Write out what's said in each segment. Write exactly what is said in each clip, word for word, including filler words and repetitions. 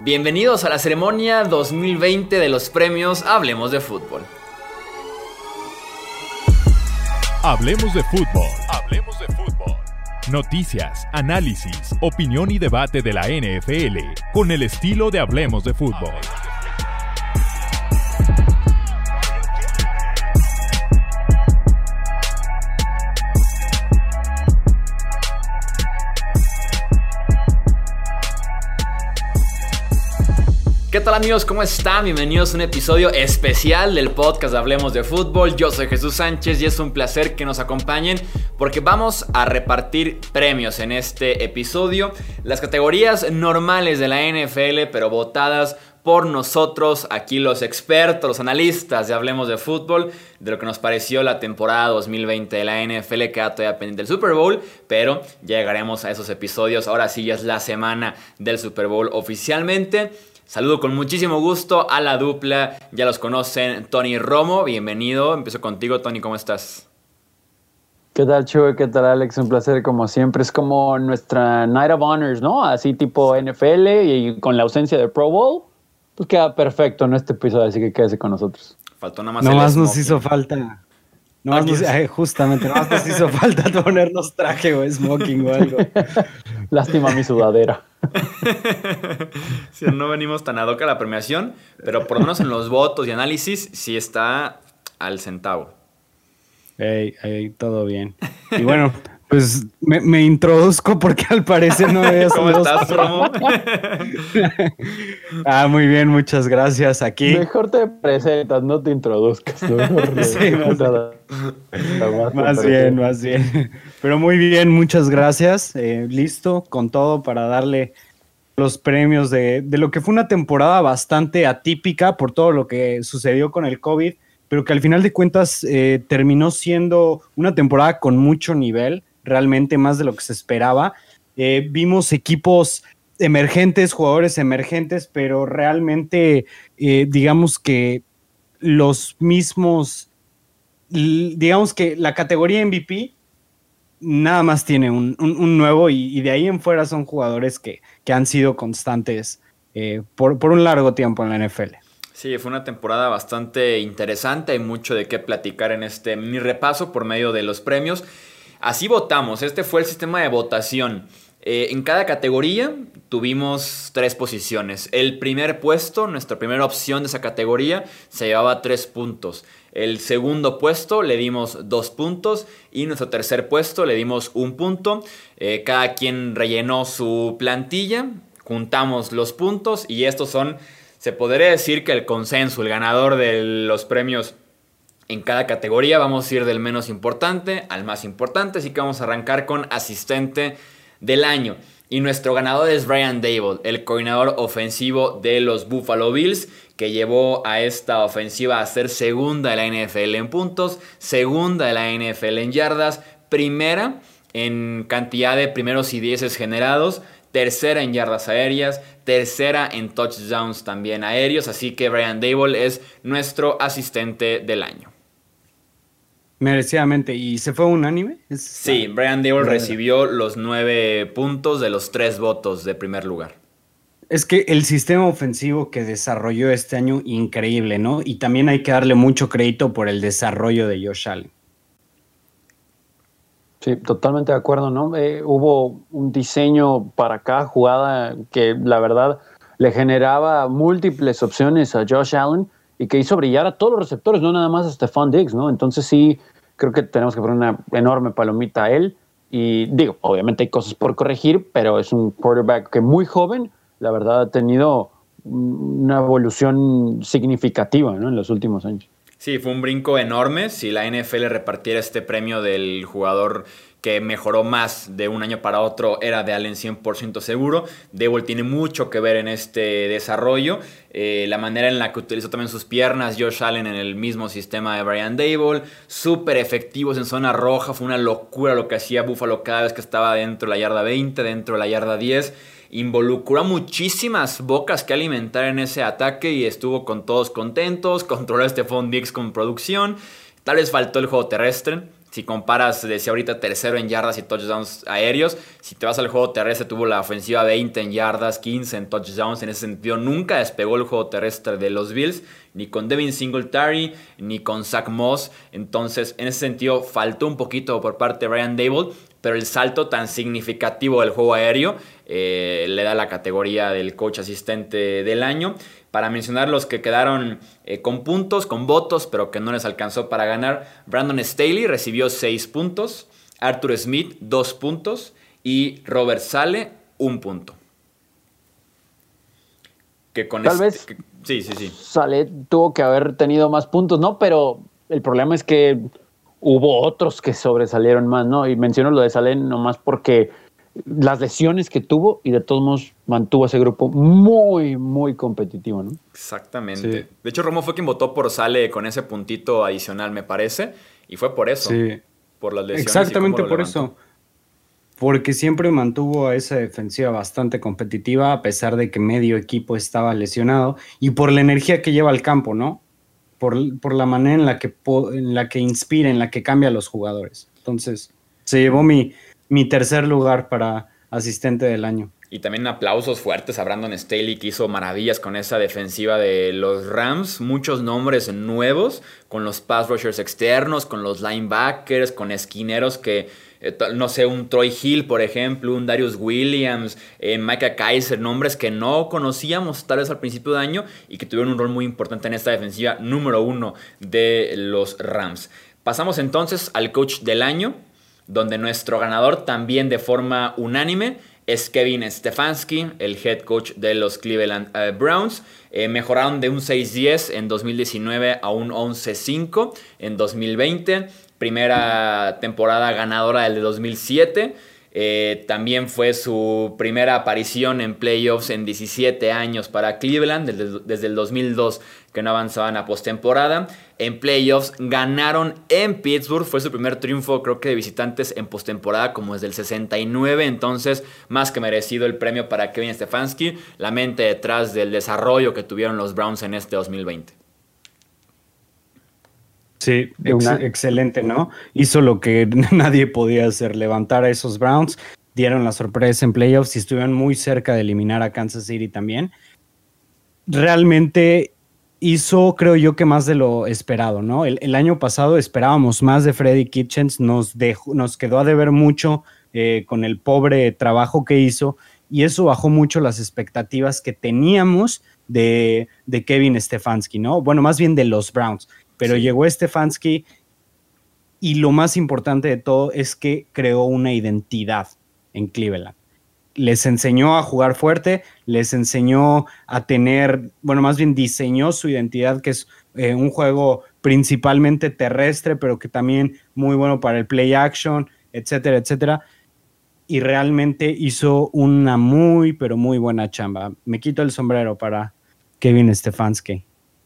Bienvenidos a la ceremonia dos mil veinte de los premios Hablemos de Fútbol. Hablemos de fútbol. Hablemos de fútbol. Noticias, análisis, opinión y debate de la N F L con el estilo de Hablemos de Fútbol. ¿Qué tal, amigos? ¿Cómo están? Bienvenidos a un episodio especial del podcast de Hablemos de Fútbol. Yo soy Jesús Sánchez y es un placer que nos acompañen porque vamos a repartir premios en este episodio. Las categorías normales de la N F L, pero votadas por nosotros, aquí los expertos, los analistas de Hablemos de Fútbol, de lo que nos pareció la temporada dos mil veinte de la N F L. Queda todavía pendiente del Super Bowl, pero ya llegaremos a esos episodios. Ahora sí ya es la semana del Super Bowl oficialmente. Saludo con muchísimo gusto a la dupla, ya los conocen, Tony Romo, bienvenido. Empiezo contigo, Tony, ¿cómo estás? ¿Qué tal, Chuy? ¿Qué tal, Alex? Un placer como siempre. Es como nuestra Night of Honors, ¿no? Así tipo N F L y con la ausencia de Pro Bowl, pues queda perfecto en este episodio, así que quédese con nosotros. Faltó nada más no el más smoking. Nos hizo falta. No más nos, eh, justamente, no más nos hizo falta ponernos traje o smoking o algo. Lástima mi sudadera. Sí, no venimos tan ad hoc a la premiación, pero por lo menos en los votos y análisis sí está al centavo. Ey, ey, todo bien. Y bueno, pues me, me introduzco porque al parecer no había ¿Cómo estás, Romo? Ah, muy bien, muchas gracias. Aquí. Mejor te presentas, no te introduzcas. Mejor sí, más, más, más bien, más bien. Pero muy bien, muchas gracias. Eh, listo con todo para darle los premios de, de lo que fue una temporada bastante atípica por todo lo que sucedió con el COVID, pero que al final de cuentas eh, terminó siendo una temporada con mucho nivel, realmente más de lo que se esperaba. Eh, vimos equipos emergentes, jugadores emergentes, pero realmente eh, digamos que los mismos, digamos que la categoría M V P nada más tiene un, un, un nuevo y, y de ahí en fuera son jugadores que, que han sido constantes eh, por, por un largo tiempo en la N F L. Sí, fue una temporada bastante interesante, hay mucho de qué platicar en este mini repaso por medio de los premios. Así votamos, este fue el sistema de votación. Eh, en cada categoría tuvimos tres posiciones. El primer puesto, nuestra primera opción de esa categoría, se llevaba tres puntos. El segundo puesto le dimos dos puntos y nuestro tercer puesto le dimos un punto. Eh, cada quien rellenó su plantilla, juntamos los puntos y estos son, se podría decir que el consenso, el ganador de los premios en cada categoría. Vamos a ir del menos importante al más importante, así que vamos a arrancar con asistente del año. Y nuestro ganador es Brian Daboll, el coordinador ofensivo de los Buffalo Bills, que llevó a esta ofensiva a ser segunda de la N F L en puntos, segunda de la N F L en yardas, primera en cantidad de primeros y dieces generados, tercera en yardas aéreas, tercera en touchdowns también aéreos. Así que Brian Daboll es nuestro asistente del año. Merecidamente. ¿Y se fue unánime? Es, sí, Brian Daboll recibió los nueve puntos de los tres votos de primer lugar. Es que el sistema ofensivo que desarrolló este año, increíble, ¿no? Y también hay que darle mucho crédito por el desarrollo de Josh Allen. Sí, totalmente de acuerdo, ¿no? Eh, hubo un diseño para cada jugada que la verdad le generaba múltiples opciones a Josh Allen y que hizo brillar a todos los receptores, no nada más a Stephon Diggs, ¿no? Entonces sí, creo que tenemos que poner una enorme palomita a él. Y digo, obviamente hay cosas por corregir, pero es un quarterback que muy joven, la verdad, ha tenido una evolución significativa, ¿no? En los últimos años. Sí, fue un brinco enorme. Si la N F L repartiera este premio del jugador que mejoró más de un año para otro, era de Allen cien por ciento seguro. Daboll tiene mucho que ver en este desarrollo. Eh, la manera en la que utilizó también sus piernas Josh Allen en el mismo sistema de Brian Daboll. Súper efectivos en zona roja. Fue una locura lo que hacía Buffalo cada vez que estaba dentro de la yarda veinte, dentro de la yarda diez. Involucró a muchísimas bocas que alimentar en ese ataque y estuvo con todos contentos. Controló a Stephon Diggs con producción. Tal vez faltó el juego terrestre. Si comparas, decía ahorita, tercero en yardas y touchdowns aéreos. Si te vas al juego terrestre, tuvo la ofensiva veinte en yardas, quince en touchdowns. En ese sentido, nunca despegó el juego terrestre de los Bills, ni con Devin Singletary, ni con Zach Moss. Entonces, en ese sentido, faltó un poquito por parte de Brian Daboll, pero el salto tan significativo del juego aéreo eh, le da la categoría del coach asistente del año. Para mencionar los que quedaron eh, con puntos, con votos, pero que no les alcanzó para ganar, Brandon Staley recibió seis puntos, Arthur Smith dos puntos y Robert Saleh un punto. Que con Tal este, vez que, sí, sí, sí. Saleh tuvo que haber tenido más puntos, ¿no? Pero el problema es que hubo otros que sobresalieron más, ¿no? Y menciono lo de Saleh nomás porque las lesiones que tuvo y de todos modos mantuvo a ese grupo muy, muy competitivo, ¿no? Exactamente. Sí. De hecho, Romo fue quien votó por Saleh con ese puntito adicional, me parece, y fue por eso. Sí. Por las lesiones. Exactamente por eso. Porque siempre mantuvo a esa defensiva bastante competitiva a pesar de que medio equipo estaba lesionado y por la energía que lleva al campo, ¿no? Por, por la manera en la, que, en la que inspira, en la que cambia a los jugadores. Entonces, se llevó mi... mi tercer lugar para asistente del año. Y también aplausos fuertes a Brandon Staley, que hizo maravillas con esa defensiva de los Rams. Muchos nombres nuevos, con los pass rushers externos, con los linebackers, con esquineros que, eh, no sé, un Troy Hill, por ejemplo, un Darius Williams, eh, Micah Kaiser, nombres que no conocíamos tal vez al principio de año y que tuvieron un rol muy importante en esta defensiva número uno de los Rams. Pasamos entonces al coach del año, donde nuestro ganador también de forma unánime es Kevin Stefanski, el head coach de los Cleveland uh, Browns. Eh, mejoraron de un seis diez en dos mil diecinueve a un once cinco en dos mil veinte. Primera temporada ganadora del de dos mil siete. Eh, también fue su primera aparición en playoffs en diecisiete años para Cleveland, desde, desde el dos mil dos que no avanzaban a postemporada. En playoffs ganaron en Pittsburgh, fue su primer triunfo creo que de visitantes en postemporada como desde el sesenta y nueve, entonces más que merecido el premio para Kevin Stefanski, la mente detrás del desarrollo que tuvieron los Browns en este dos mil veinte. Sí, ex excelente, ¿no? Hizo lo que nadie podía hacer, levantar a esos Browns, dieron la sorpresa en playoffs y estuvieron muy cerca de eliminar a Kansas City también. Realmente hizo, creo yo, que más de lo esperado, ¿no? El, el año pasado esperábamos más de Freddie Kitchens, nos, dejó, nos quedó a deber mucho eh, con el pobre trabajo que hizo y eso bajó mucho las expectativas que teníamos de, de Kevin Stefanski, ¿no? Bueno, más bien de los Browns. Pero sí. Llegó Stefanski y lo más importante de todo es que creó una identidad en Cleveland. Les enseñó a jugar fuerte, les enseñó a tener, bueno, más bien diseñó su identidad, que es eh, un juego principalmente terrestre, pero que también muy bueno para el play action, etcétera, etcétera. Y realmente hizo una muy, pero muy buena chamba. Me quito el sombrero para Kevin Stefanski.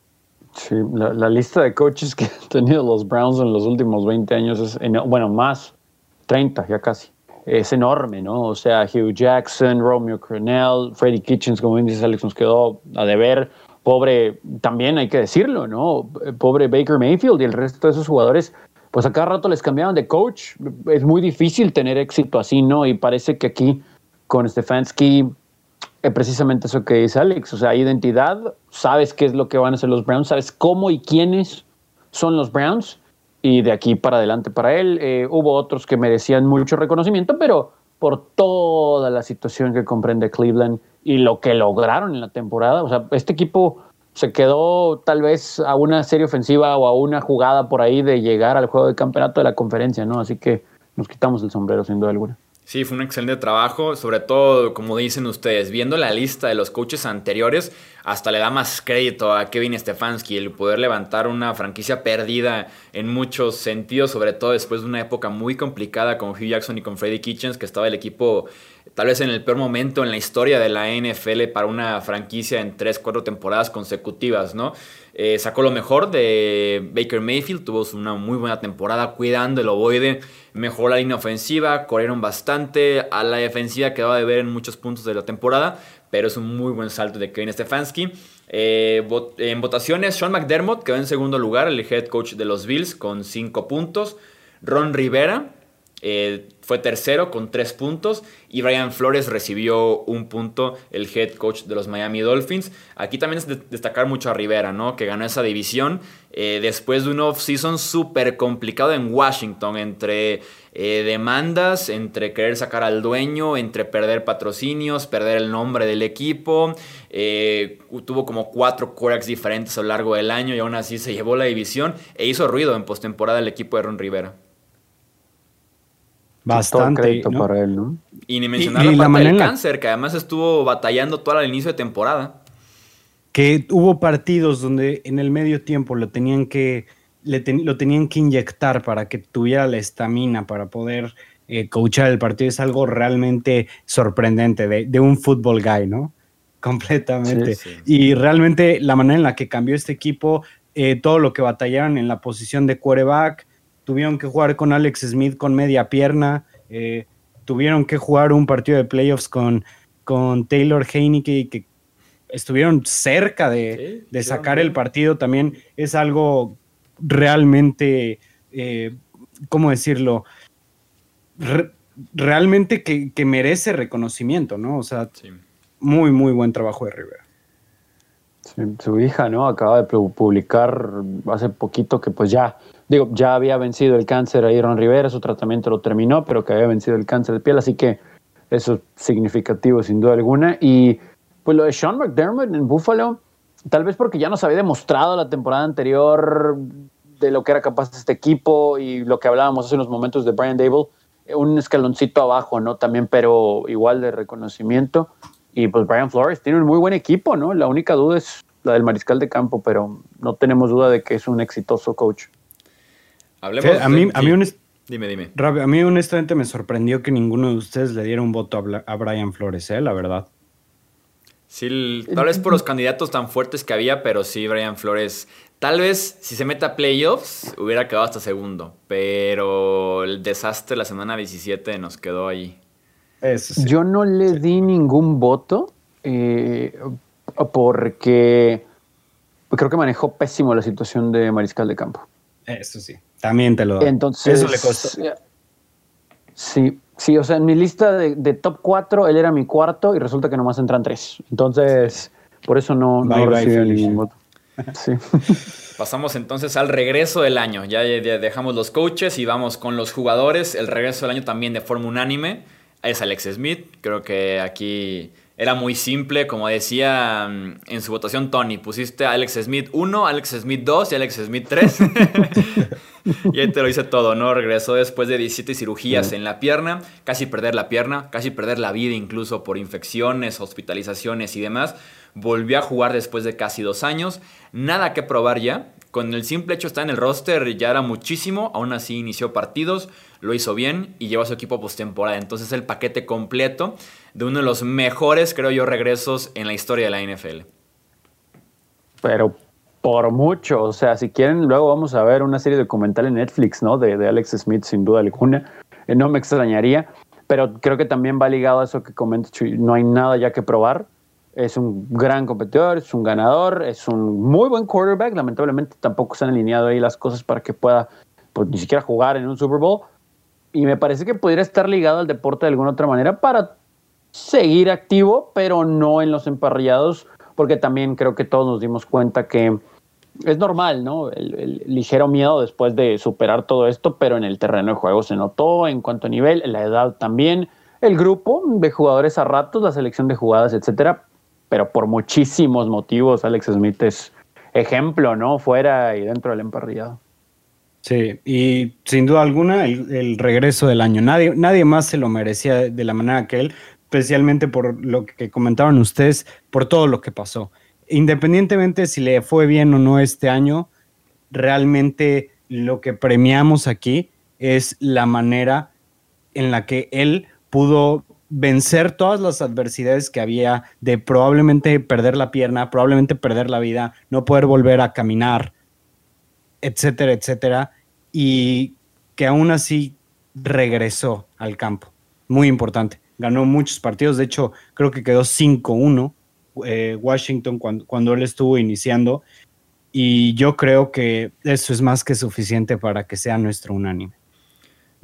Sí, la, la lista de coaches que han tenido los Browns en los últimos veinte años es, bueno, más, treinta ya casi, es enorme, ¿no? O sea, Hugh Jackson, Romeo Crennel, Freddie Kitchens, como bien dices Alex, nos quedó a deber. Pobre, también hay que decirlo, ¿no? Pobre Baker Mayfield y el resto de esos jugadores, pues a cada rato les cambiaban de coach. Es muy difícil tener éxito así, ¿no? Y parece que aquí con Stefanski es precisamente eso que dice Alex, o sea, identidad, sabes qué es lo que van a hacer los Browns, sabes cómo y quiénes son los Browns, y de aquí para adelante para él. Eh, hubo otros que merecían mucho reconocimiento, pero por toda la situación que comprende Cleveland y lo que lograron en la temporada, o sea, este equipo se quedó tal vez a una serie ofensiva o a una jugada por ahí de llegar al juego de campeonato de la conferencia, ¿no? Así que nos quitamos el sombrero sin duda alguna. Sí, fue un excelente trabajo, sobre todo, como dicen ustedes, viendo la lista de los coaches anteriores, hasta le da más crédito a Kevin Stefanski el poder levantar una franquicia perdida en muchos sentidos, sobre todo después de una época muy complicada con Hugh Jackson y con Freddie Kitchens, que estaba el equipo tal vez en el peor momento en la historia de la N F L para una franquicia en tres, cuatro temporadas consecutivas, ¿no? Eh, sacó lo mejor de Baker Mayfield, tuvo una muy buena temporada cuidando el ovoide, mejoró la línea ofensiva, corrieron bastante, a la defensiva quedó de ver en muchos puntos de la temporada, pero es un muy buen salto de Kevin Stefanski. Eh, vot- en votaciones, Sean McDermott quedó en segundo lugar, el head coach de los Bills, con cinco puntos. Ron Rivera eh, fue tercero con tres puntos y Brian Flores recibió un punto, el head coach de los Miami Dolphins. Aquí también es de destacar mucho a Rivera, ¿no? Que ganó esa división eh, después de un off-season súper complicado en Washington, entre eh, demandas, entre querer sacar al dueño, entre perder patrocinios, perder el nombre del equipo. Eh, tuvo como cuatro quarterbacks diferentes a lo largo del año y aún así se llevó la división e hizo ruido en postemporada el equipo de Ron Rivera. Bastante, crédito ¿no? para él, ¿no? Y ni mencionar Y- y la la parte del manera- cáncer, que además estuvo batallando todo el inicio de temporada. Que hubo partidos donde en el medio tiempo lo tenían que, le ten- lo tenían que inyectar para que tuviera la estamina para poder eh, coachar el partido. Es algo realmente sorprendente de, de un football guy, ¿no? Completamente. Sí, sí. Y realmente la manera en la que cambió este equipo, eh, todo lo que batallaron en la posición de quarterback, tuvieron que jugar con Alex Smith con media pierna, eh, tuvieron que jugar un partido de playoffs con, con Taylor Heinicke, que estuvieron cerca de, Sí, de sí, sacar bien. el partido. También es algo realmente, eh, ¿cómo decirlo? Re- realmente que, que merece reconocimiento, ¿no? O sea, Sí. muy, muy buen trabajo de Rivera. Sí, su hija, ¿no? Acaba de pu- publicar hace poquito que pues ya, digo, ya había vencido el cáncer ahí Ron Rivera, su tratamiento lo terminó, pero que había vencido el cáncer de piel, así que eso es significativo sin duda alguna. Y pues lo de Sean McDermott en Buffalo, tal vez porque ya nos había demostrado la temporada anterior de lo que era capaz este equipo y lo que hablábamos hace unos momentos de Brian Dable, un escaloncito abajo, ¿no? También, pero igual de reconocimiento. Y pues Brian Flores tiene un muy buen equipo, ¿no? La única duda es la del mariscal de campo, pero no tenemos duda de que es un exitoso coach. Hablemos Fíjate, a mí, de- a mí sí. honest- Dime, dime. Rabi, a mí honestamente me sorprendió que ninguno de ustedes le diera un voto a, Bla- a Brian Flores, ¿eh? La verdad. Sí, el- tal vez por los candidatos tan fuertes que había, pero sí, Brian Flores, tal vez si se mete a playoffs hubiera quedado hasta segundo, pero el desastre la semana diecisiete nos quedó ahí. Eso sí. Yo no le di ningún voto eh, porque creo que manejó pésimo la situación de mariscal de campo. Eso sí. También te lo doy. Entonces, Eso le costó. Sí, sí, o sea, en mi lista de, de top cuatro, él era mi cuarto y resulta que nomás entran tres. Entonces, por eso no, no Bye, bye, recibió Felicia. ningún voto. Sí. Pasamos entonces al regreso del año. Ya ya dejamos los coaches y vamos con los jugadores. El regreso del año también de forma unánime es Alex Smith. Creo que aquí era muy simple. Como decía mm, en su votación Tony, pusiste a Alex Smith uno, Alex Smith dos y Alex Smith tres. Y ahí te lo hice todo, ¿no? Regresó después de diecisiete cirugías en la pierna, casi perder la pierna, casi perder la vida incluso por infecciones, hospitalizaciones y demás. Volvió a jugar después de casi dos años. Nada que probar ya. Con el simple hecho de estar en el roster ya era muchísimo. Aún así inició partidos, lo hizo bien y llevó a su equipo a postemporada. Entonces el paquete completo de uno de los mejores, creo yo, regresos en la historia de la N F L. Pero por mucho, o sea, si quieren, luego vamos a ver una serie documental en Netflix, ¿no? De, de Alex Smith, sin duda alguna. Eh, no me extrañaría, pero creo que también va ligado a eso que comentas, Chuy. No hay nada ya que probar. Es un gran competidor, es un ganador, es un muy buen quarterback. Lamentablemente tampoco se han alineado ahí las cosas para que pueda, pues, ni siquiera jugar en un Super Bowl. Y me parece que podría estar ligado al deporte de alguna otra manera para seguir activo, pero no en los emparrillados, porque también creo que todos nos dimos cuenta que es normal, ¿no? El, el ligero miedo después de superar todo esto, pero en el terreno de juego se notó en cuanto a nivel, la edad también, el grupo de jugadores a ratos, la selección de jugadas, etcétera. Pero por muchísimos motivos Alex Smith es ejemplo, ¿no? Fuera y dentro del emparrillado. Sí, y sin duda alguna el, el regreso del año. Nadie, nadie más se lo merecía de la manera que él, especialmente por lo que comentaron ustedes, por todo lo que pasó. Independientemente si le fue bien o no este año, realmente lo que premiamos aquí es la manera en la que él pudo vencer todas las adversidades que había de probablemente perder la pierna, probablemente perder la vida, no poder volver a caminar, etcétera, etcétera, y que aún así regresó al campo. Muy importante. Ganó muchos partidos, de hecho creo que quedó cinco uno eh, Washington cuando, cuando él estuvo iniciando, y yo creo que eso es más que suficiente para que sea nuestro unánime.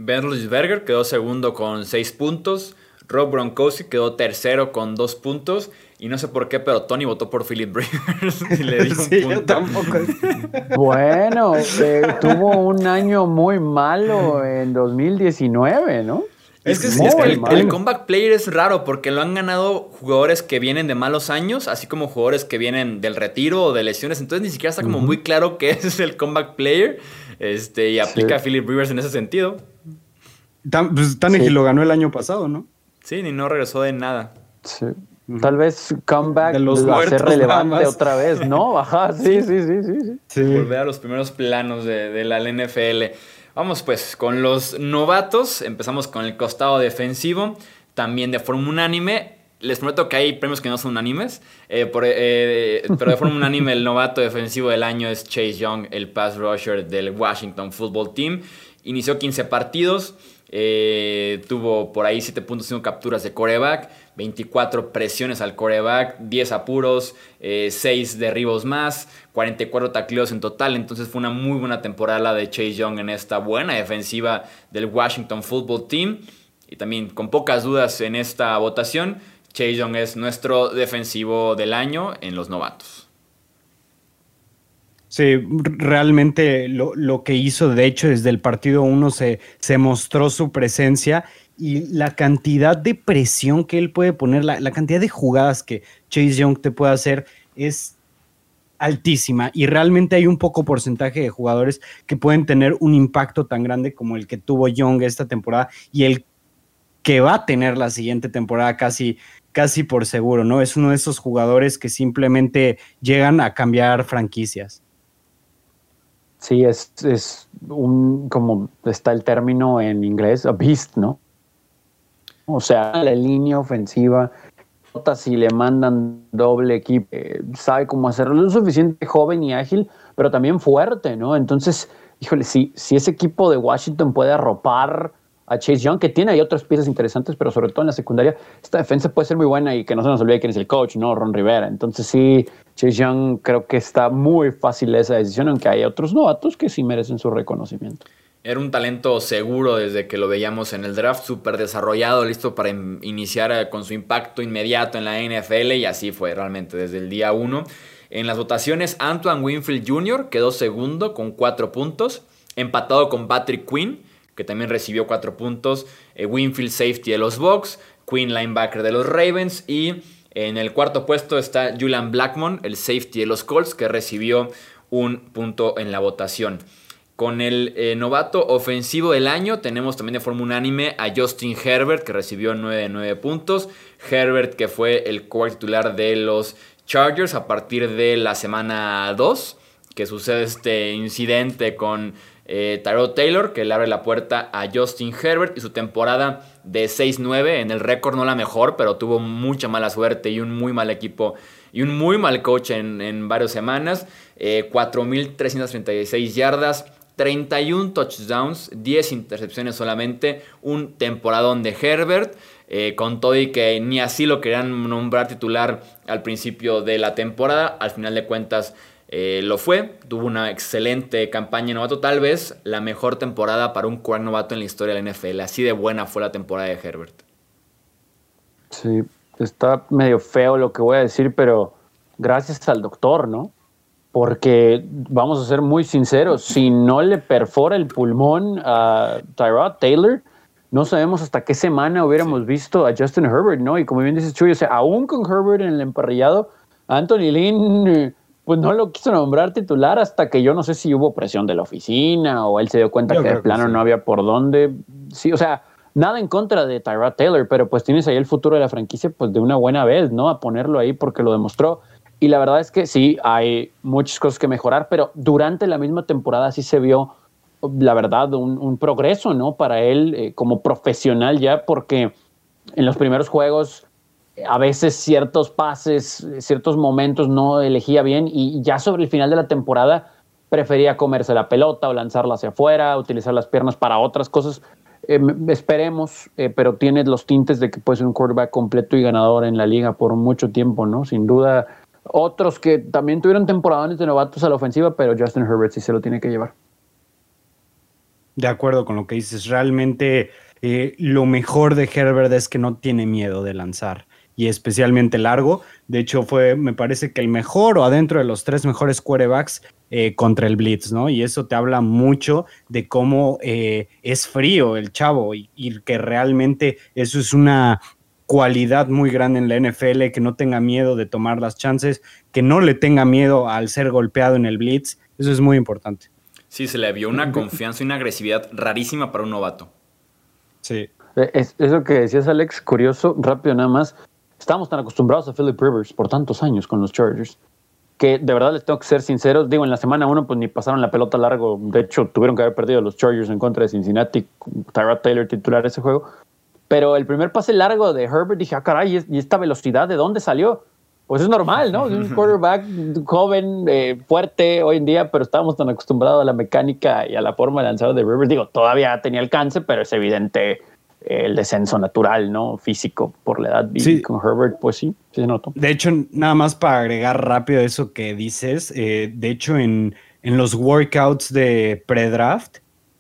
Ben Roethlisberger quedó segundo con seis puntos. Rob Gronkowski quedó tercero con dos puntos. Y no sé por qué, pero Tony votó por Philip Rivers y le dio un sí, punto. Yo tampoco. Bueno, eh, tuvo un año muy malo en dos mil diecinueve, ¿no? Es que, sí, es que el, el comeback player es raro porque lo han ganado jugadores que vienen de malos años, así como jugadores que vienen del retiro o de lesiones. Entonces ni siquiera está como uh-huh. muy claro qué es el comeback player. Este, y aplica sí. a Philip Rivers en ese sentido. Tan, pues, Tannehill sí. lo ganó el año pasado, ¿no? Sí, ni no regresó de nada. Sí. Tal vez comeback va a ser relevante otra vez, ¿no? Ajá, sí, sí, sí, sí, sí. sí. Volver a los primeros planos de, de la N F L. Vamos pues con los novatos. Empezamos con el costado defensivo, también de forma unánime. Les prometo que hay premios que no son unánimes, eh, por, eh, pero de forma unánime el novato defensivo del año es Chase Young, el pass rusher del Washington Football Team. Inició quince partidos. Eh, tuvo por ahí siete punto cinco capturas de quarterback, veinticuatro presiones al quarterback, diez apuros, eh, seis derribos más, cuarenta y cuatro tacleos en total. Entonces fue una muy buena temporada de Chase Young en esta buena defensiva del Washington Football Team. Y también con pocas dudas en esta votación, Chase Young es nuestro defensivo del año en los novatos. Sí, realmente lo, lo que hizo, de hecho, desde el partido uno se, se mostró su presencia y la cantidad de presión que él puede poner, la, la cantidad de jugadas que Chase Young te puede hacer es altísima y realmente hay un poco porcentaje de jugadores que pueden tener un impacto tan grande como el que tuvo Young esta temporada y el que va a tener la siguiente temporada casi, casi por seguro, ¿no? Es uno de esos jugadores que simplemente llegan a cambiar franquicias. Sí, es, es un, como está el término en inglés, a beast, ¿no? O sea, la línea ofensiva, si le mandan doble equipo, eh, sabe cómo hacerlo, es suficiente joven y ágil, pero también fuerte, ¿no? Entonces, híjole, si, si ese equipo de Washington puede arropar a Chase Young, que tiene ahí otras piezas interesantes, pero sobre todo en la secundaria, esta defensa puede ser muy buena y que no se nos olvide quién es el coach, ¿no? Ron Rivera. Entonces sí, Chase Young creo que está muy fácil esa decisión, aunque hay otros novatos que sí merecen su reconocimiento. Era un talento seguro desde que lo veíamos en el draft, súper desarrollado, listo para in- iniciar con su impacto inmediato en la N F L y así fue realmente desde el día uno. En las votaciones, Antoine Winfield junior quedó segundo con cuatro puntos, empatado con Patrick Quinn, que también recibió cuatro puntos, eh, Winfield safety de los Bucs, Quinn linebacker de los Ravens y en el cuarto puesto está Julian Blackmon, el safety de los Colts, que recibió un punto en la votación. Con el eh, novato ofensivo del año tenemos también de forma unánime a Justin Herbert, que recibió nueve de nueve puntos. Herbert, que fue el quarterback titular de los Chargers a partir de la semana dos, que sucede este incidente con eh, Tyrod Taylor, que le abre la puerta a Justin Herbert y su temporada de seis nueve, en el récord no la mejor, pero tuvo mucha mala suerte y un muy mal equipo y un muy mal coach en, en varias semanas. Eh, cuatro mil trescientas treinta y seis yardas, treinta y uno touchdowns, diez intercepciones solamente, un temporadón de Herbert, eh, con todo y que ni así lo querían nombrar titular al principio de la temporada, al final de cuentas eh, lo fue, tuvo una excelente campaña novato, tal vez la mejor temporada para un quarterback novato en la historia de la N F L, así de buena fue la temporada de Herbert. Sí, está medio feo lo que voy a decir, pero gracias al doctor, ¿no? Porque, vamos a ser muy sinceros, si no le perfora el pulmón a Tyrod Taylor, no sabemos hasta qué semana hubiéramos sí. visto a Justin Herbert, ¿no? Y como bien dices, Chuy, o sea, aún con Herbert en el emparrillado, Anthony Lynn, pues no lo quiso nombrar titular hasta que yo no sé si hubo presión de la oficina o él se dio cuenta yo que de plano que sí. no había por dónde. Sí, o sea, nada en contra de Tyrod Taylor, pero pues tienes ahí el futuro de la franquicia pues de una buena vez, ¿no? A ponerlo ahí porque lo demostró. Y la verdad es que sí, hay muchas cosas que mejorar, pero durante la misma temporada sí se vio, la verdad, un, un progreso, ¿no? Para él eh, como profesional ya, porque en los primeros juegos eh, a veces ciertos pases, ciertos momentos no elegía bien y ya sobre el final de la temporada prefería comerse la pelota o lanzarla hacia afuera, utilizar las piernas para otras cosas. Eh, esperemos, eh, pero tiene los tintes de que puede ser un quarterback completo y ganador en la liga por mucho tiempo, ¿no? Sin duda. Otros que también tuvieron temporadas de novatos a la ofensiva, pero Justin Herbert sí se lo tiene que llevar. de acuerdo con lo que dices. Realmente eh, lo mejor de Herbert es que no tiene miedo de lanzar, y especialmente largo. De hecho, fue, me parece que el mejor o adentro de los tres mejores quarterbacks eh, contra el blitz, ¿no? Y eso te habla mucho de cómo eh, es frío el chavo y, y que realmente eso es una cualidad muy grande en la N F L, que no tenga miedo de tomar las chances, que no le tenga miedo al ser golpeado en el blitz. Eso es muy importante. Sí, se le vio una confianza y una agresividad rarísima para un novato. Sí. Es, eso que decías, Alex, curioso, rápido nada más. Estábamos tan acostumbrados a Philip Rivers por tantos años con los Chargers, que de verdad les tengo que ser sinceros. Digo, en la semana uno pues ni pasaron la pelota largo. De hecho, tuvieron que haber perdido los Chargers en contra de Cincinnati. Tyrod Taylor titular ese juego. Pero el primer pase largo de Herbert, dije, ah, caray, ¿y esta velocidad de dónde salió? Pues es normal, ¿no? Es un quarterback joven, eh, fuerte hoy en día, pero estábamos tan acostumbrados a la mecánica y a la forma de lanzar de Rivers. Digo, todavía tenía alcance, pero es evidente eh, el descenso natural, ¿no? Físico por la edad. Y sí. Con Herbert, pues sí, sí se notó. De hecho, nada más para agregar rápido eso que dices, eh, de hecho, en, en los workouts de pre-draft,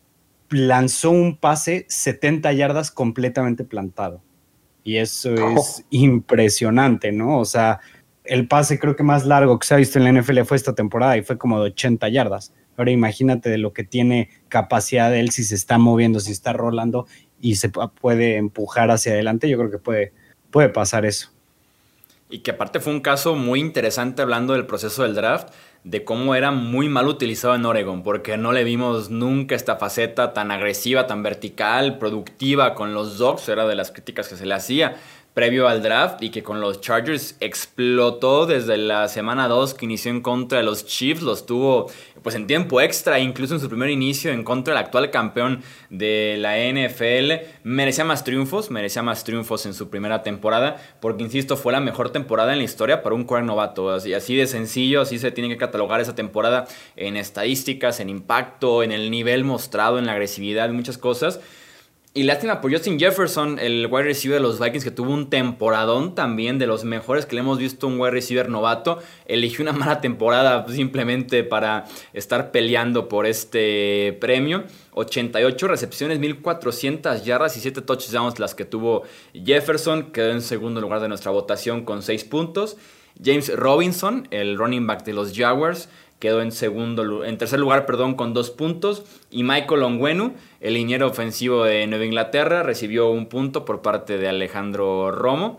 lanzó un pase setenta yardas completamente plantado. Y eso oh. es impresionante, ¿no? O sea, el pase creo que más largo que se ha visto en la N F L fue esta temporada y fue como de ochenta yardas. Ahora imagínate de lo que tiene capacidad él, si se está moviendo, si está rolando y se puede empujar hacia adelante. Yo creo que puede, puede pasar eso. Y que aparte fue un caso muy interesante hablando del proceso del draft, de cómo era muy mal utilizado en Oregon, porque no le vimos nunca esta faceta tan agresiva, tan vertical, productiva con los Dogs. Era de las críticas que se le hacía previo al draft, y que con los Chargers explotó desde la semana dos que inició en contra de los Chiefs. Los tuvo pues en tiempo extra, incluso en su primer inicio en contra del actual campeón de la N F L. Merecía más triunfos, merecía más triunfos en su primera temporada, porque insisto, fue la mejor temporada en la historia para un quarterback novato. Así, así de sencillo, así se tiene que catalogar esa temporada en estadísticas, en impacto, en el nivel mostrado, en la agresividad, en muchas cosas. Y lástima por Justin Jefferson, el wide receiver de los Vikings, que tuvo un temporadón también, de los mejores que le hemos visto un wide receiver novato. Eligió una mala temporada simplemente para estar peleando por este premio. ochenta y ocho recepciones, mil cuatrocientas yardas y siete touchdowns las que tuvo Jefferson. Quedó en segundo lugar de nuestra votación con seis puntos. James Robinson, el running back de los Jaguars, quedó en segundo, en tercer lugar, perdón, con dos puntos. Y Michael Onwenu, el liniero ofensivo de Nueva Inglaterra, recibió un punto por parte de Alejandro Romo.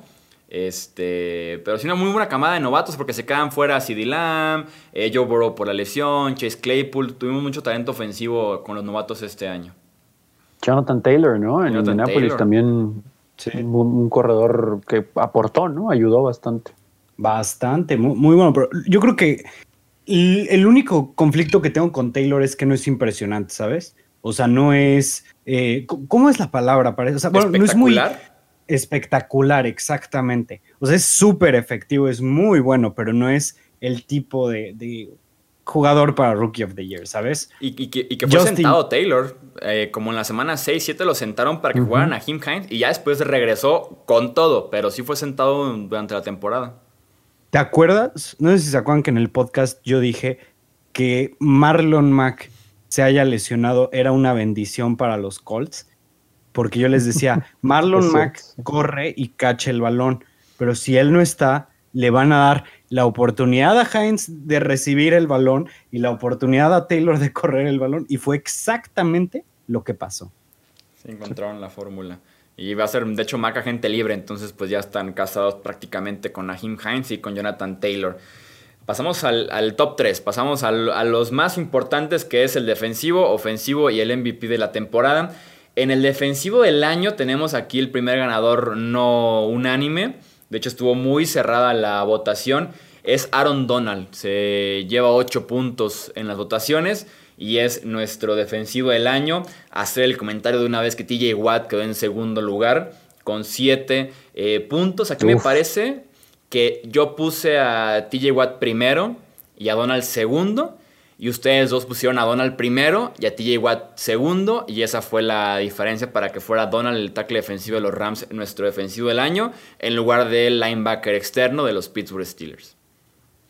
Este, pero sí, una muy buena camada de novatos, porque se quedan fuera CeeDee Lamb, eh, Joe Burrow por la lesión, Chase Claypool. Tuvimos mucho talento ofensivo con los novatos este año. Jonathan Taylor, ¿no? En Jonathan Indianapolis Taylor. También sí. un, un corredor que aportó, ¿no? Ayudó bastante. Bastante, muy, muy bueno. Pero yo creo que el, el único conflicto que tengo con Taylor es que no es impresionante, ¿sabes? O sea, no es... Eh, ¿Cómo es la palabra para eso? O sea, bueno, no es muy espectacular, exactamente. O sea, es súper efectivo, es muy bueno, pero no es el tipo de, de jugador para Rookie of the Year, ¿sabes? Y, y, que, y que fue Justin. sentado Taylor, eh, como en la semana seis siete lo sentaron para que uh-huh. jugaran a Jim Hines, y ya después regresó con todo, pero sí fue sentado durante la temporada. ¿Te acuerdas? No sé si se acuerdan que en el podcast yo dije que Marlon Mack se haya lesionado era una bendición para los Colts, porque yo les decía, Marlon Mack corre y cacha el balón, pero si él no está, le van a dar la oportunidad a Hines de recibir el balón y la oportunidad a Taylor de correr el balón, y fue exactamente lo que pasó. Se encontraron la fórmula. Y va a ser, de hecho, Mack agente libre, entonces pues ya están casados prácticamente con Nyheim Hines y con Jonathan Taylor. Pasamos al, al top tres, pasamos al, a los más importantes, que es el defensivo, ofensivo y el M V P de la temporada. En el defensivo del año tenemos aquí el primer ganador no unánime. De hecho, estuvo muy cerrada la votación. Es Aaron Donald. Se lleva ocho puntos en las votaciones y es nuestro defensivo del año. Hacer el comentario de una vez que T J Watt quedó en segundo lugar con siete eh, puntos. Aquí Uf. me parece que yo puse a T J Watt primero y a Donald segundo. Y ustedes dos pusieron a Donald primero y a T J Watt segundo. Y esa fue la diferencia para que fuera Donald, el tackle defensivo de los Rams, nuestro defensivo del año, en lugar del linebacker externo de los Pittsburgh Steelers.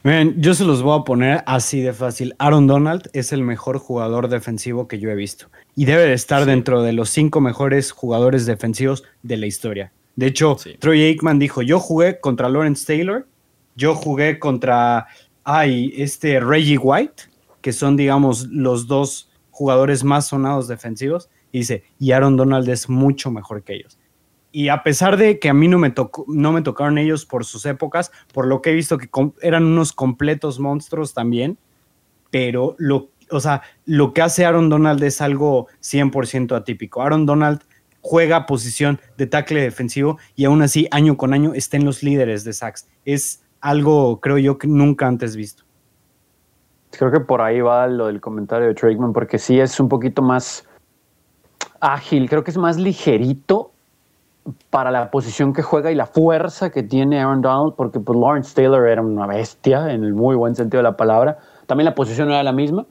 Miren, yo se los voy a poner así de fácil. Aaron Donald es el mejor jugador defensivo que yo he visto. Y debe de estar sí. dentro de los cinco mejores jugadores defensivos de la historia. De hecho, sí. Troy Aikman dijo, yo jugué contra Lawrence Taylor, yo jugué contra ay, este Reggie White, que son, digamos, los dos jugadores más sonados defensivos. Y dice, y Aaron Donald es mucho mejor que ellos. Y a pesar de que a mí no me, tocó, no me tocaron ellos por sus épocas, por lo que he visto que com- eran unos completos monstruos también, pero lo, o sea, lo que hace Aaron Donald es algo cien por ciento atípico. Aaron Donald juega posición de tackle defensivo y aún así, año con año, está en los líderes de sacks. Es algo, creo yo, que nunca antes visto. Creo que por ahí va lo del comentario de Trakeman, porque sí es un poquito más ágil, creo que es más ligerito para la posición que juega y la fuerza que tiene Aaron Donald, porque pues Lawrence Taylor era una bestia en el muy buen sentido de la palabra. También la posición no era la misma,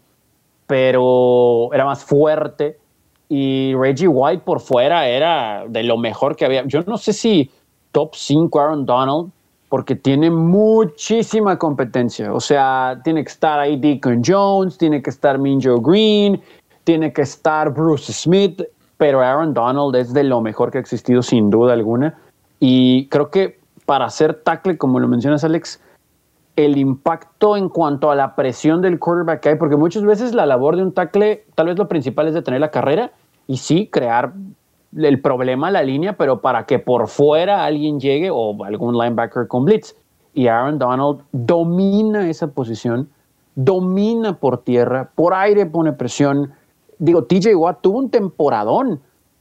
pero era más fuerte. Y Reggie White por fuera era de lo mejor que había. Yo no sé si top cinco Aaron Donald, porque tiene muchísima competencia. O sea, tiene que estar ahí Deacon Jones, tiene que estar Minjo Green, tiene que estar Bruce Smith, pero Aaron Donald es de lo mejor que ha existido sin duda alguna. Y creo que para hacer tackle, como lo mencionas, Alex, el impacto en cuanto a la presión del quarterback que hay, porque muchas veces la labor de un tackle, tal vez lo principal es detener la carrera y sí, crear el problema a la línea, pero para que por fuera alguien llegue o algún linebacker con blitz. Y Aaron Donald domina esa posición, domina por tierra, por aire pone presión. Digo, T J Watt tuvo un temporadón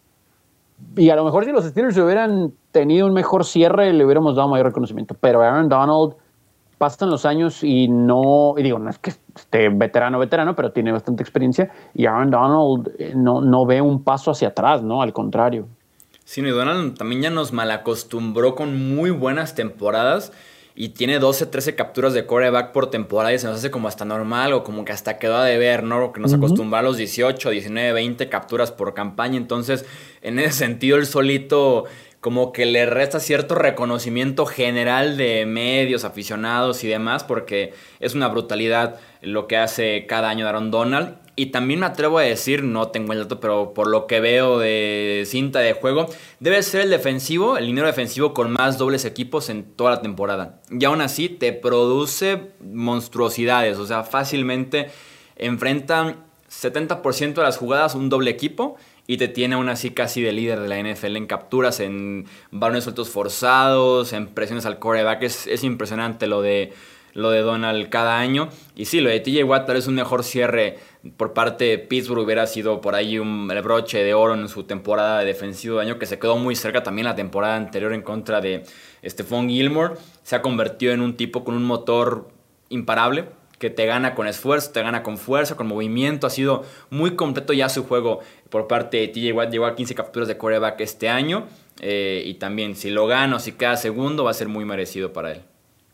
y a lo mejor si los Steelers hubieran tenido un mejor cierre le hubiéramos dado mayor reconocimiento, pero Aaron Donald pasan los años y no, y digo, no es que esté veterano, veterano, pero tiene bastante experiencia y Aaron Donald no, no ve un paso hacia atrás, ¿no? Al contrario. Sí, y Donald también ya nos malacostumbró con muy buenas temporadas y tiene doce, trece capturas de quarterback por temporada y se nos hace como hasta normal o como que hasta quedó a deber, ¿no? Que nos uh-huh. acostumbra a los dieciocho, diecinueve, veinte capturas por campaña. Entonces, en ese sentido, él solito como que le resta cierto reconocimiento general de medios, aficionados y demás, porque es una brutalidad lo que hace cada año Aaron Donald. Y también me atrevo a decir, no tengo el dato, pero por lo que veo de cinta de juego, debe ser el defensivo, el liniero defensivo con más dobles equipos en toda la temporada. Y aún así te produce monstruosidades, o sea, fácilmente enfrentan setenta por ciento de las jugadas un doble equipo y te tiene aún así casi de líder de la N F L en capturas, en balones sueltos forzados, en presiones al quarterback. Es, es impresionante lo de, lo de Donald cada año. Y sí, lo de T J Watt tal vez un mejor cierre por parte de Pittsburgh hubiera sido por ahí un, el broche de oro en su temporada de defensivo de año, que se quedó muy cerca también la temporada anterior en contra de Stephon Gilmore. Se ha convertido en un tipo con un motor imparable, que te gana con esfuerzo, te gana con fuerza, con movimiento. Ha sido muy completo ya su juego por parte de T J Watt. Llegó a quince capturas de quarterback este año. Eh, y también si lo gana o si queda segundo va a ser muy merecido para él.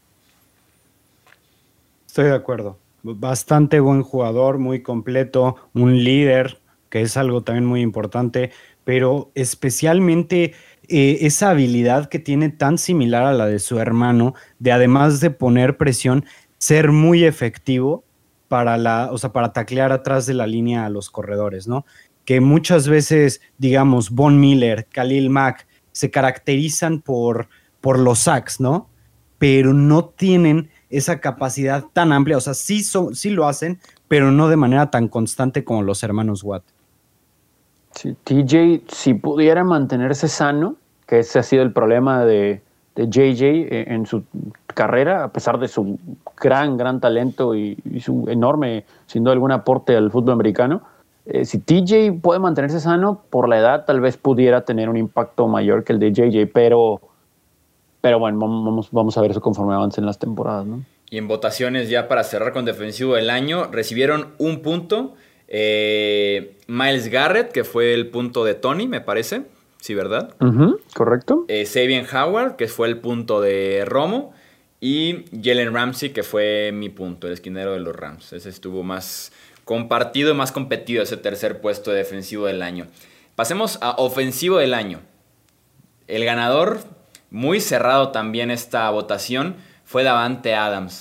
Estoy de acuerdo. Bastante buen jugador, muy completo, un líder, que es algo también muy importante, pero especialmente eh, esa habilidad que tiene tan similar a la de su hermano, de además de poner presión, ser muy efectivo para la, o sea, para taclear atrás de la línea a los corredores, ¿no? Que muchas veces, digamos, Von Miller, Khalil Mack, se caracterizan por, por los sacks, ¿no? Pero no tienen esa capacidad tan amplia, o sea, sí, so, sí lo hacen, pero no de manera tan constante como los hermanos Watt. Sí, T J, si pudiera mantenerse sano, que ese ha sido el problema de, de J J en su carrera, a pesar de su gran, gran talento y, y su enorme, sin duda algún, aporte al fútbol americano, eh, si T J puede mantenerse sano, por la edad tal vez pudiera tener un impacto mayor que el de J J, pero... Pero bueno, vamos, vamos a ver eso conforme avancen las temporadas, ¿no? Y en votaciones ya para cerrar con defensivo del año, recibieron un punto. Eh, Myles Garrett, que fue el punto de Tony, me parece. Sí, ¿verdad? Uh-huh, correcto. Eh, Xavier Howard, que fue el punto de Romo. Y Jalen Ramsey, que fue mi punto, el esquinero de los Rams. Ese estuvo más compartido y más competido, ese tercer puesto de defensivo del año. Pasemos a ofensivo del año. El ganador... Muy cerrado también esta votación, fue Davante Adams,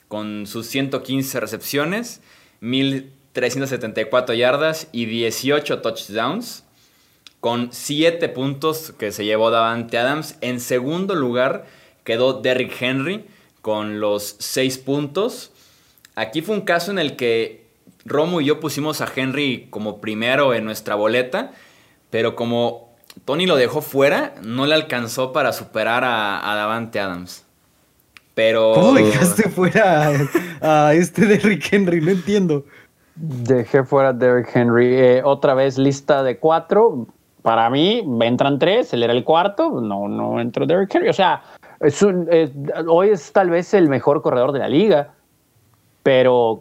con sus ciento quince recepciones, mil trescientas setenta y cuatro yardas y dieciocho touchdowns, con siete puntos que se llevó Davante Adams. En segundo lugar quedó Derrick Henry con los seis puntos. Aquí fue un caso en el que Romo y yo pusimos a Henry como primero en nuestra boleta, pero como Tony lo dejó fuera, no le alcanzó para superar a, a Davante Adams. Pero... ¿Cómo dejaste fuera a, a este Derrick Henry? No entiendo. Dejé fuera a Derrick Henry. Eh, otra vez lista de cuatro. Para mí, entran tres, él era el cuarto. No, no entró Derrick Henry. O sea, es un, eh, hoy es tal vez el mejor corredor de la liga, pero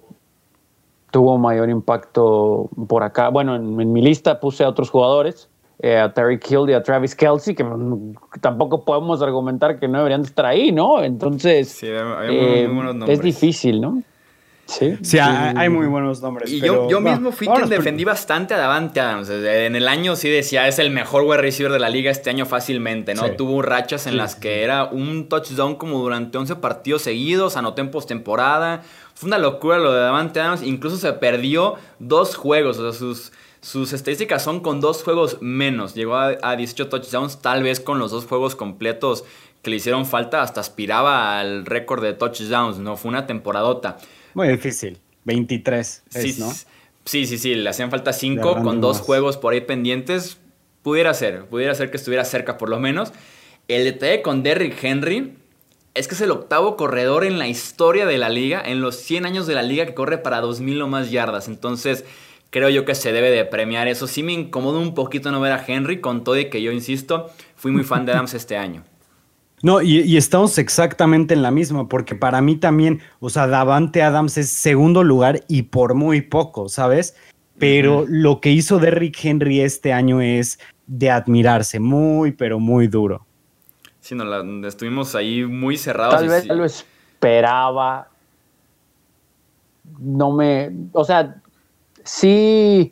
tuvo mayor impacto por acá. Bueno, en, en mi lista puse a otros jugadores, eh, a Tyreek Hill y a Travis Kelce, que tampoco podemos argumentar que no deberían estar ahí, ¿no? Entonces, sí, hay muy, eh, muy buenos nombres. Es difícil, ¿no? Sí, sí, hay, hay muy buenos nombres. Y pero, yo, yo no, mismo fui quien defendí por... bastante a Davante Adams. En el año sí decía, es el mejor wide receiver de la liga este año fácilmente, ¿no? Sí. Tuvo rachas en sí, las sí. que era un touchdown como durante once partidos seguidos, anotó en postemporada. Fue una locura lo de Davante Adams. Incluso se perdió dos juegos, o sea, sus... Sus estadísticas son con dos juegos menos. Llegó a, a dieciocho touchdowns, tal vez con los dos juegos completos que le hicieron falta, hasta aspiraba al récord de touchdowns, ¿no? Fue una temporadota. Muy difícil. veintitrés, sí, es, ¿no? Sí, sí, sí. Le hacían falta cinco con dos más. juegos por ahí pendientes. Pudiera ser. Pudiera ser que estuviera cerca por lo menos. El detalle con Derrick Henry es que es el octavo corredor en la historia de la liga, en los cien años de la liga, que corre para dos mil o más yardas. Entonces... creo yo que se debe de premiar eso. Sí me incomoda un poquito no ver a Henry, con todo y que yo, insisto, fui muy fan de Adams este año. No, y, y estamos exactamente en la misma, porque para mí también, o sea, Davante Adams es segundo lugar y por muy poco, ¿sabes? Pero uh-huh. lo que hizo Derrick Henry este año es de admirarse, muy, pero muy duro. Sí, no, la, estuvimos ahí muy cerrados. Tal vez sí. lo esperaba. No me... O sea... Sí,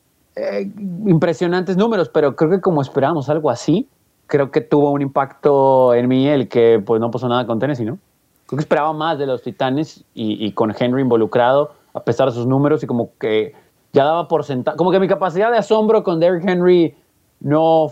eh, impresionantes números, pero creo que como esperábamos algo así, creo que tuvo un impacto en mí el que pues no pasó nada con Tennessee, ¿no? Creo que esperaba más de los Titanes y, y con Henry involucrado, a pesar de sus números, y como que ya daba por sentado, como que mi capacidad de asombro con Derrick Henry no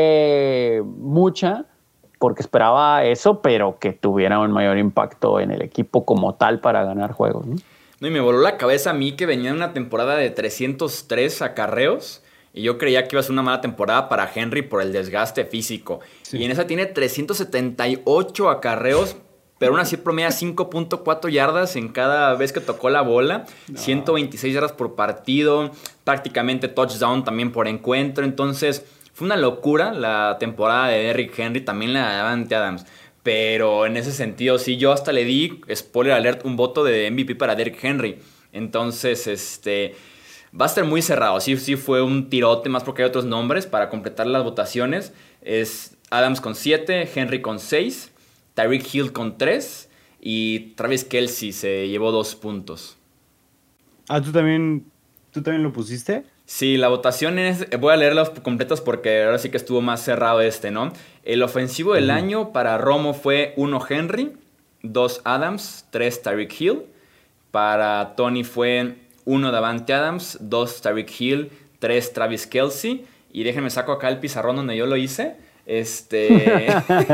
fue mucha, porque esperaba eso, pero que tuviera un mayor impacto en el equipo como tal para ganar juegos, ¿no? No, y me voló la cabeza a mí que venía en una temporada de trescientos tres acarreos y yo creía que iba a ser una mala temporada para Henry por el desgaste físico. Sí. Y en esa tiene trescientos setenta y ocho acarreos, pero aún así promedia cinco punto cuatro yardas en cada vez que tocó la bola, no. ciento veintiséis yardas por partido, prácticamente touchdown también por encuentro. Entonces fue una locura la temporada de Derrick Henry, también la de Davante Adams. Pero en ese sentido, sí, yo hasta le di, spoiler alert, un voto de M V P para Derrick Henry. Entonces, este, va a estar muy cerrado. Sí, sí fue un tirote, más porque hay otros nombres para completar las votaciones. Es Adams con siete, Henry con seis, Tyreek Hill con tres y Travis Kelce se llevó dos puntos. Ah, ¿tú también, ¿tú también lo pusiste? Sí, la votación es... Voy a leerlas completas porque ahora sí que estuvo más cerrado este, ¿no? El ofensivo del uh-huh. año para Romo fue uno Henry, dos Adams, tres Tyreek Hill. Para Tony fue uno Davante Adams, dos Tyreek Hill, tres Travis Kelce. Y déjenme saco acá el pizarrón donde yo lo hice. Este,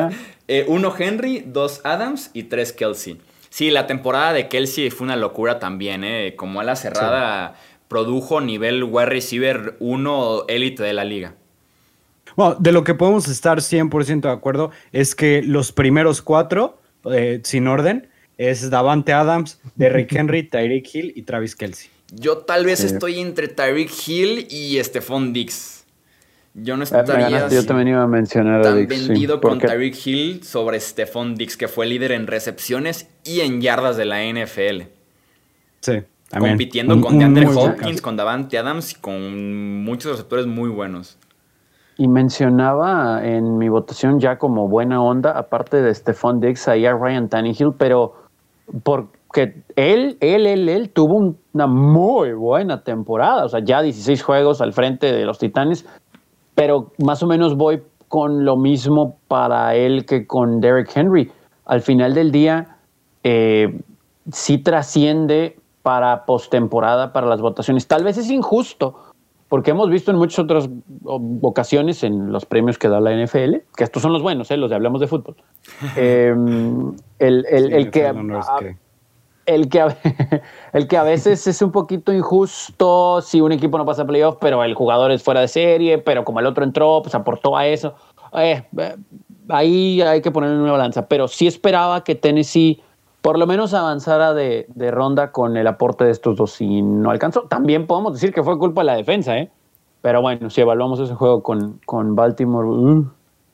eh, uno Henry, dos Adams y tres Kelce. Sí, la temporada de Kelce fue una locura también, ¿eh? Como a la cerrada... Sí. Produjo nivel wide receiver uno élite de la liga. Bueno, de lo que podemos estar cien por ciento de acuerdo es que los primeros cuatro, eh, sin orden, es Davante Adams, Derrick Henry, Tyreek Hill y Travis Kelce. Yo tal vez sí. estoy entre Tyreek Hill y Stephon Diggs. Yo no estaría ganaste, yo también iba a mencionar tan a Diggs, vendido sí, con Tyreek Hill sobre Stephon Diggs, que fue líder en recepciones y en yardas de la N F L. Sí. También. Compitiendo un, con DeAndre Hopkins, con Davante Adams y con muchos receptores muy buenos. Y mencionaba en mi votación ya como buena onda, aparte de Stephon Diggs, ahí a Ryan Tannehill, pero porque él, él, él, él tuvo una muy buena temporada. O sea, ya dieciséis juegos al frente de los Titanes, pero más o menos voy con lo mismo para él que con Derrick Henry. Al final del día... Eh, sí trasciende para postemporada, para las votaciones. Tal vez es injusto, porque hemos visto en muchas otras ocasiones en los premios que da la N F L, que estos son los buenos, ¿eh? Los de Hablamos de Fútbol. Eh, el, el, sí, el, que, no a, que... el, que a, el que a veces es un poquito injusto si un equipo no pasa a playoff, pero el jugador es fuera de serie, pero como el otro entró, pues aportó a eso. Eh, ahí hay que ponerle una balanza, pero sí esperaba que Tennessee por lo menos avanzara de, de ronda con el aporte de estos dos y no alcanzó. También podemos decir que fue culpa de la defensa, ¿eh? Pero bueno, si evaluamos ese juego con, con Baltimore... Uh.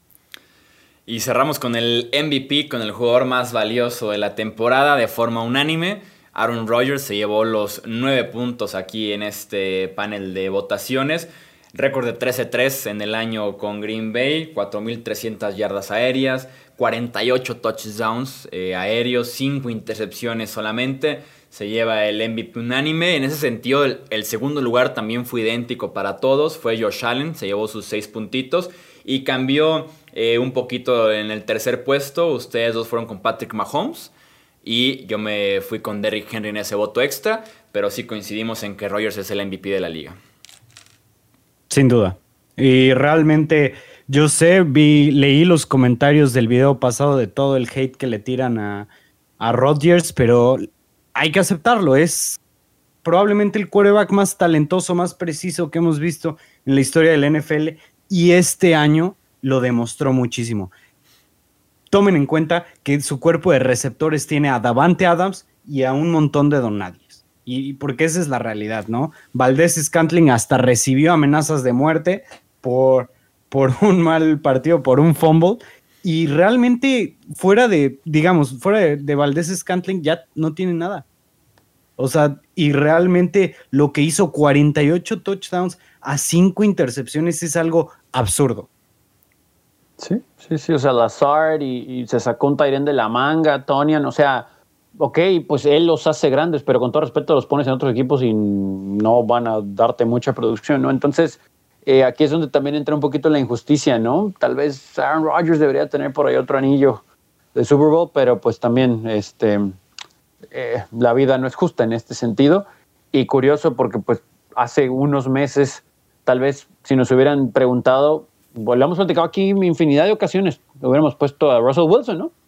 Y cerramos con el M V P, con el jugador más valioso de la temporada de forma unánime. Aaron Rodgers se llevó los nueve puntos aquí en este panel de votaciones. Récord de trece tres en el año con Green Bay, cuatro mil trescientas yardas aéreas, cuarenta y ocho touchdowns eh, aéreos, cinco intercepciones solamente. Se lleva el M V P unánime. En ese sentido, el, el segundo lugar también fue idéntico para todos. Fue Josh Allen, se llevó sus seis puntitos. Y cambió eh, un poquito en el tercer puesto. Ustedes dos fueron con Patrick Mahomes. Y yo me fui con Derrick Henry en ese voto extra. Pero sí coincidimos en que Rodgers es el M V P de la liga. Sin duda. Y realmente, yo sé, vi, leí los comentarios del video pasado de todo el hate que le tiran a, a Rodgers, pero hay que aceptarlo. Es probablemente el quarterback más talentoso, más preciso que hemos visto en la historia del N F L, y este año lo demostró muchísimo. Tomen en cuenta que su cuerpo de receptores tiene a Davante Adams y a un montón de donadies. Y porque esa es la realidad, ¿no? Valdez-Scantling hasta recibió amenazas de muerte por, por un mal partido, por un fumble. Y realmente fuera de, digamos, fuera de, de Valdez-Scantling ya no tiene nada. O sea, y realmente lo que hizo cuarenta y ocho touchdowns a cinco intercepciones es algo absurdo. Sí, sí, sí. O sea, Lazard y, y se sacó un Tyrion de la manga, Tonyan, o sea... Ok, pues él los hace grandes, pero con todo respeto los pones en otros equipos y no van a darte mucha producción, ¿no? Entonces, eh, aquí es donde también entra un poquito la injusticia, ¿no? Tal vez Aaron Rodgers debería tener por ahí otro anillo de Super Bowl, pero pues también este, eh, la vida no es justa en este sentido. Y curioso porque pues hace unos meses, tal vez si nos hubieran preguntado, pues, le hemos platicado aquí infinidad de ocasiones, lo hubiéramos puesto a Russell Wilson, ¿no?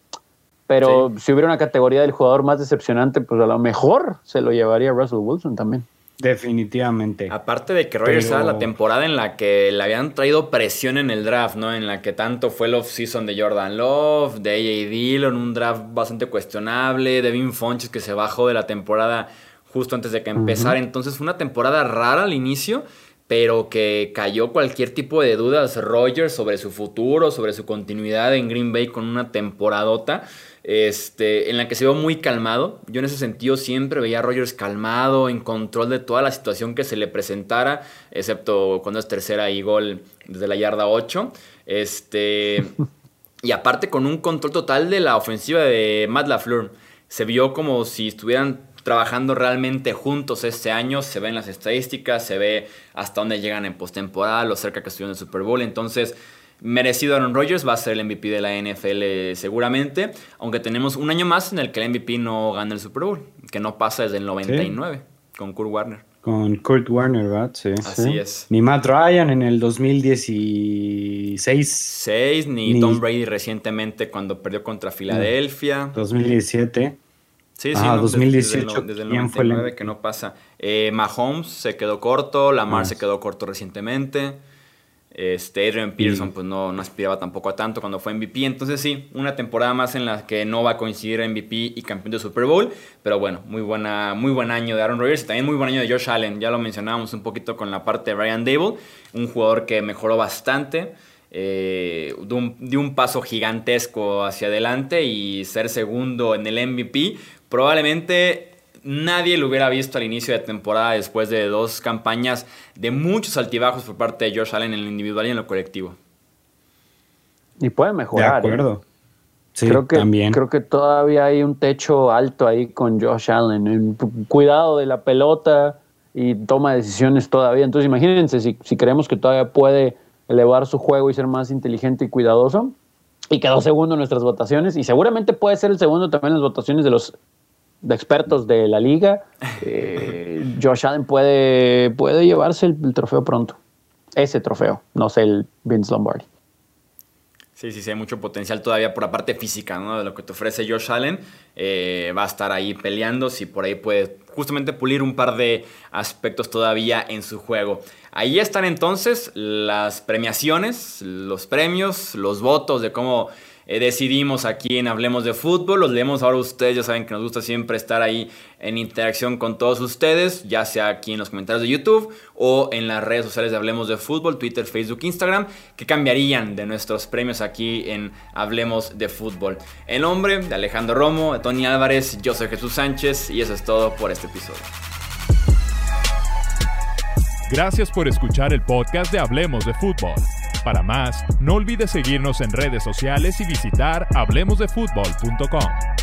Pero sí. Si hubiera una categoría del jugador más decepcionante, pues a lo mejor se lo llevaría Russell Wilson también. Definitivamente. Aparte de que Rodgers Pero... era la temporada en la que le habían traído presión en el draft, ¿no? En la que tanto fue el off-season de Jordan Love, de A J Dillon, un draft bastante cuestionable, Devin Funchess que se bajó de la temporada justo antes de que empezara. Uh-huh. Entonces fue una temporada rara al inicio, pero que cayó cualquier tipo de dudas Rodgers sobre su futuro, sobre su continuidad en Green Bay con una temporadota. Este, en la que se vio muy calmado. Yo en ese sentido siempre veía a Rodgers calmado, en control de toda la situación que se le presentara, excepto cuando es tercera y gol desde la yarda ocho. Este, y aparte con un control total de la ofensiva de Matt LaFleur. Se vio como si estuvieran trabajando realmente juntos este año. Se ve en las estadísticas, se ve hasta dónde llegan en postemporada, lo cerca que estuvieron en el Super Bowl. Entonces, merecido Aaron Rodgers, va a ser el M V P de la N F L seguramente, aunque tenemos un año más en el que el M V P no gana el Super Bowl, que no pasa desde el noventa y nueve, sí. Con Kurt Warner. Con Kurt Warner, ¿verdad? Sí. Así sí. es. Ni Matt Ryan en el dos mil dieciséis. Seis, ni, ni Tom Brady recientemente cuando perdió contra Filadelfia. dos mil diecisiete. Sí, sí, ah, no, dos mil dieciocho. Desde, desde el noventa y nueve que no pasa. Eh, Mahomes se quedó corto, Lamar Más. se quedó corto recientemente. Este, Adrian Peterson y... pues no, no aspiraba tampoco a tanto cuando fue M V P. Entonces sí, una temporada más en la que no va a coincidir M V P y campeón de Super Bowl. Pero bueno, muy, buena, muy buen año de Aaron Rodgers y también muy buen año de Josh Allen. Ya lo mencionábamos un poquito con la parte de Brian Daboll, un jugador que mejoró bastante. Eh, de, un, de un paso gigantesco hacia adelante y ser segundo en el M V P. Probablemente nadie lo hubiera visto al inicio de temporada después de dos campañas de muchos altibajos por parte de Josh Allen en lo individual y en lo colectivo. Y puede mejorar. De acuerdo. ¿eh? Sí, creo que, también. Creo que todavía hay un techo alto ahí con Josh Allen. En cuidado de la pelota y toma decisiones todavía. Entonces imagínense, si, si creemos que todavía puede elevar su juego y ser más inteligente y cuidadoso, y quedó segundo en nuestras votaciones, y seguramente puede ser el segundo también en las votaciones de los de expertos de la liga, eh, Josh Allen puede, puede llevarse el, el trofeo pronto. Ese trofeo, no sé, el Vince Lombardi. Sí, sí, sí, hay mucho potencial todavía por la parte física, ¿no? De lo que te ofrece Josh Allen. Eh, va a estar ahí peleando, si por ahí puede justamente pulir un par de aspectos todavía en su juego. Ahí están entonces las premiaciones, los premios, los votos de cómo eh, decidimos aquí en Hablemos de Fútbol. Los leemos ahora ustedes, ya saben que nos gusta siempre estar ahí en interacción con todos ustedes, ya sea aquí en los comentarios de YouTube o en las redes sociales de Hablemos de Fútbol, Twitter, Facebook, Instagram, que cambiarían de nuestros premios aquí en Hablemos de Fútbol. En nombre de Alejandro Romo, de Tony Álvarez, yo soy Jesús Sánchez y eso es todo por este episodio. Gracias por escuchar el podcast de Hablemos de Fútbol. Para más, no olvides seguirnos en redes sociales y visitar hablemos de fútbol punto com.